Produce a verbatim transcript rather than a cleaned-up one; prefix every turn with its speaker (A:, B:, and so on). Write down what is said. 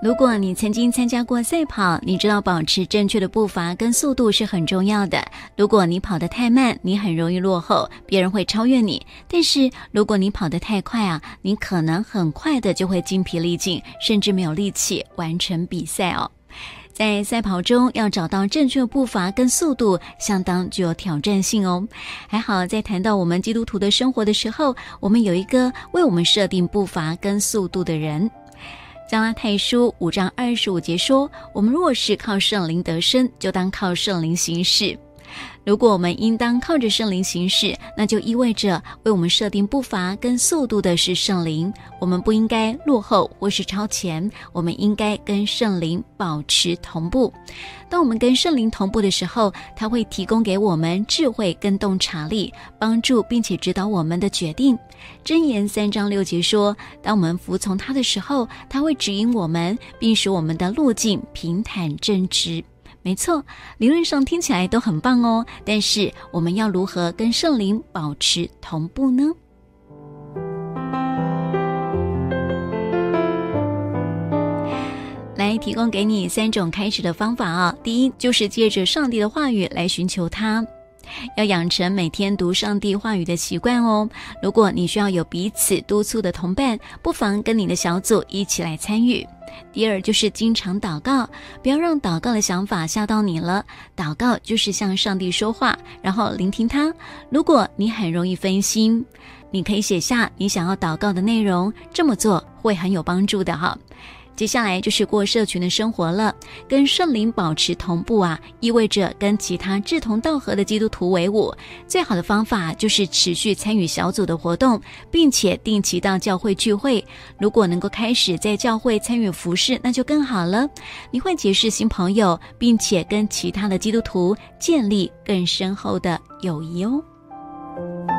A: 如果你曾经参加过赛跑，你知道保持正确的步伐跟速度是很重要的。如果你跑得太慢，你很容易落后，别人会超越你。但是如果你跑得太快啊，你可能很快的就会精疲力尽，甚至没有力气完成比赛哦。在赛跑中要找到正确的步伐跟速度，相当具有挑战性哦。还好在谈到我们基督徒的生活的时候，我们有一个为我们设定步伐跟速度的人。加拉太书五章二十五节说，我们若是靠圣灵得生，就当靠圣灵行事。如果我们应当靠着圣灵行事，那就意味着为我们设定步伐跟速度的是圣灵。我们不应该落后或是超前，我们应该跟圣灵保持同步。当我们跟圣灵同步的时候，他会提供给我们智慧跟洞察力，帮助并且指导我们的决定。箴言三章六节说，当我们服从他的时候，他会指引我们，并使我们的路径平坦正直。没错，理论上听起来都很棒哦，但是我们要如何跟圣灵保持同步呢？来提供给你三种开始的方法啊。第一，就是借着上帝的话语来寻求他，要养成每天读上帝话语的习惯哦。如果你需要有彼此督促的同伴，不妨跟你的小组一起来参与。第二，就是经常祷告，不要让祷告的想法吓到你了。祷告就是向上帝说话，然后聆听他。如果你很容易分心，你可以写下你想要祷告的内容，这么做会很有帮助的哈。接下来就是过社群的生活了，跟圣灵保持同步啊，意味着跟其他志同道合的基督徒为伍。最好的方法就是持续参与小组的活动，并且定期到教会聚会。如果能够开始在教会参与服事，那就更好了。你会结识新朋友，并且跟其他的基督徒建立更深厚的友谊哦。